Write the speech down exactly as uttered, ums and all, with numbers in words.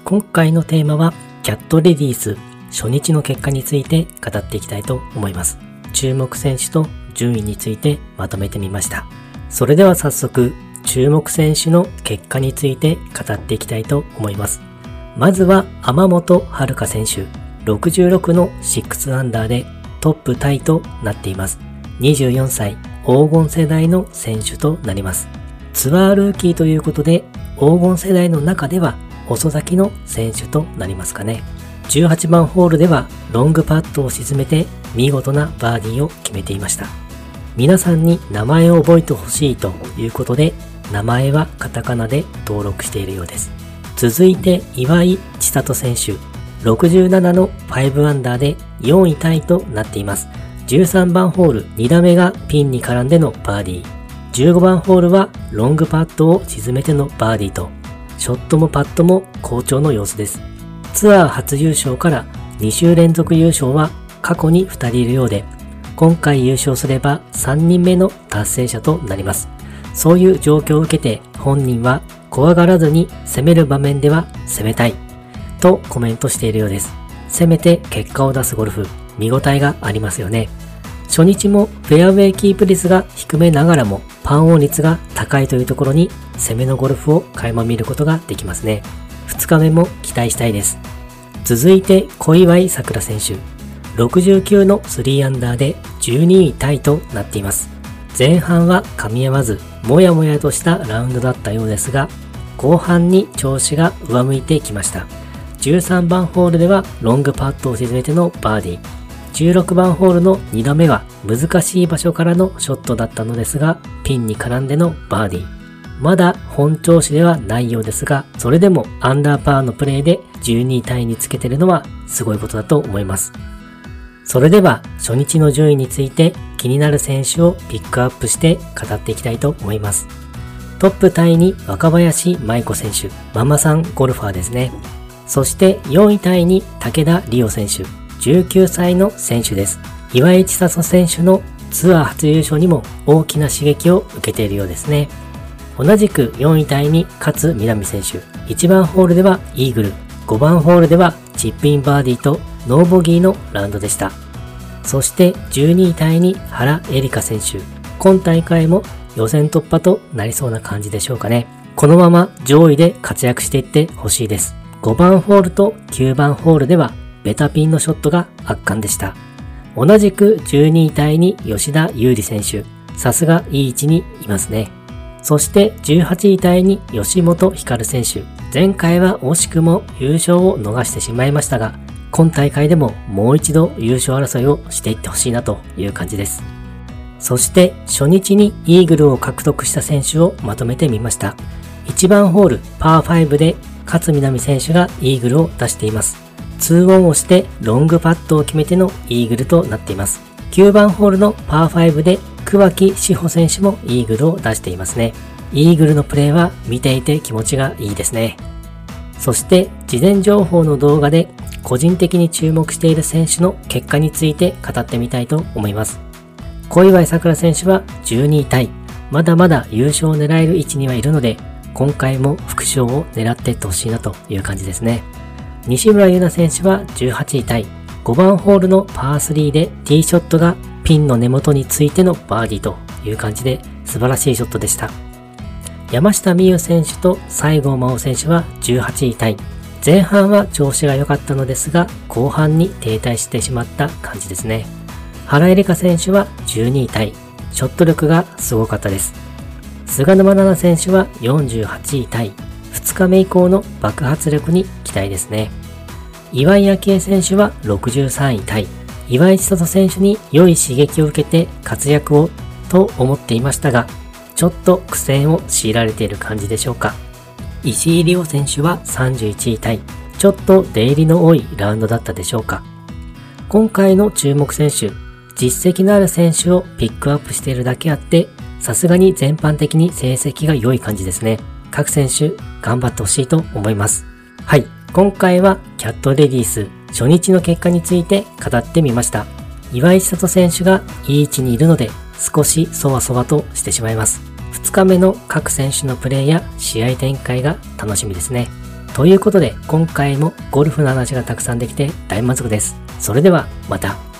今回のテーマはキャットレディース初日の結果について語っていきたいと思います。注目選手と順位についてまとめてみました。それでは早速注目選手の結果について語っていきたいと思います。まずは天本遥選手、ろくじゅうろくのろくアンダーでトップタイとなっています。にじゅうよんさい黄金世代の選手となります。ツアールーキーということで黄金世代の中では遅咲きの選手となりますかね。じゅうはちばんホールではロングパットを沈めて見事なバーディーを決めていました。皆さんに名前を覚えてほしいということで名前はカタカナで登録しているようです。続いて岩井千怜選手、ろくじゅうななのごアンダーでよんいタイとなっています。じゅうさんばんホールに打目がピンに絡んでのバーディー、じゅうごばんホールはロングパットを沈めてのバーディーとショットもパットも好調の様子です。ツアー初優勝からに週連続優勝は過去にふたりいるようで、今回優勝すればさんにんめの達成者となります。そういう状況を受けて本人は怖がらずに攻める場面では攻めたいとコメントしているようです。攻めて結果を出すゴルフ、見応えがありますよね。初日もフェアウェイキープ率が低めながらもパンオン率が高いというところに攻めのゴルフを垣間見ることができますね。ふつかめも期待したいです。続いて小祝さくら選手、ろくじゅうきゅうのさんアンダーでじゅうにいタイとなっています。前半は噛み合わずもやもやとしたラウンドだったようですが、後半に調子が上向いてきました。じゅうさんばんホールではロングパットを沈めてのバーディー、じゅうろくばんホールのに打目は難しい場所からのショットだったのですが、ピンに絡んでのバーディー。まだ本調子ではないようですが、それでもアンダーパーのプレーでじゅうにいタイにつけてるのはすごいことだと思います。それでは初日の順位について気になる選手をピックアップして語っていきたいと思います。トップタイに若林舞子選手、ママさんゴルファーですね。そしてよんいタイに武田理央選手、じゅうきゅうさいの選手です。岩井千怜選手のツアー初優勝にも大きな刺激を受けているようですね。同じくよんいタイに勝みなみ選手、いちばんホールではイーグル、ごばんホールではチップインバーディーとノーボギーのラウンドでした。そしてじゅうにいタイに原英莉花選手、今大会も予選突破となりそうな感じでしょうかね。このまま上位で活躍していってほしいです。ごばんホールときゅうばんホールではベタピンのショットが圧巻でした。同じくじゅうにいタイに吉田優利選手、さすがいい位置にいますね。そしてじゅうはちいタイに吉本ひかる選手、前回は惜しくも優勝を逃してしまいましたが、今大会でももう一度優勝争いをしていってほしいなという感じです。そして初日にイーグルを獲得した選手をまとめてみました。いちばんホールパーごで勝みなみ選手がイーグルを出しています。ツーオンをしてロングパットを決めてのイーグルとなっています。きゅうばんホールのパーごで桑木志保選手もイーグルを出していますね。イーグルのプレーは見ていて気持ちがいいですね。そして事前情報の動画で個人的に注目している選手の結果について語ってみたいと思います。小祝さくら選手はじゅうにいタイ、まだまだ優勝を狙える位置にはいるので、今回も副賞を狙っていってほしいなという感じですね。西村優菜選手はじゅうはちいタイ、ごばんホールのパースリーでティーショットがピンの根元についてのバーディーという感じで素晴らしいショットでした。山下美夢有選手と西郷真央選手はじゅうはちいタイ。前半は調子が良かったのですが、後半に停滞してしまった感じですね。原英莉花選手はじゅうにいタイ。ショット力がすごかったです。菅沼菜々選手はよんじゅうはちいタイ。ふつかめ以降の爆発力に期待ですね。岩井明愛選手はろくじゅうさんいタイ。岩井千怜選手に良い刺激を受けて活躍をと思っていましたが、ちょっと苦戦を強いられている感じでしょうか。石井理央選手はさんじゅういちいタイ。ちょっと出入りの多いラウンドだったでしょうか。今回の注目選手、実績のある選手をピックアップしているだけあって、さすがに全般的に成績が良い感じですね。各選手頑張ってほしいと思います。はい、今回はキャットレディース初日の結果について語ってみました。岩井千怜選手がいい位置にいるので少しそわそわとしてしまいます。ふつかめの各選手のプレーや試合展開が楽しみですね。 ということで、今回もゴルフの話がたくさんできて大満足です。それではまた。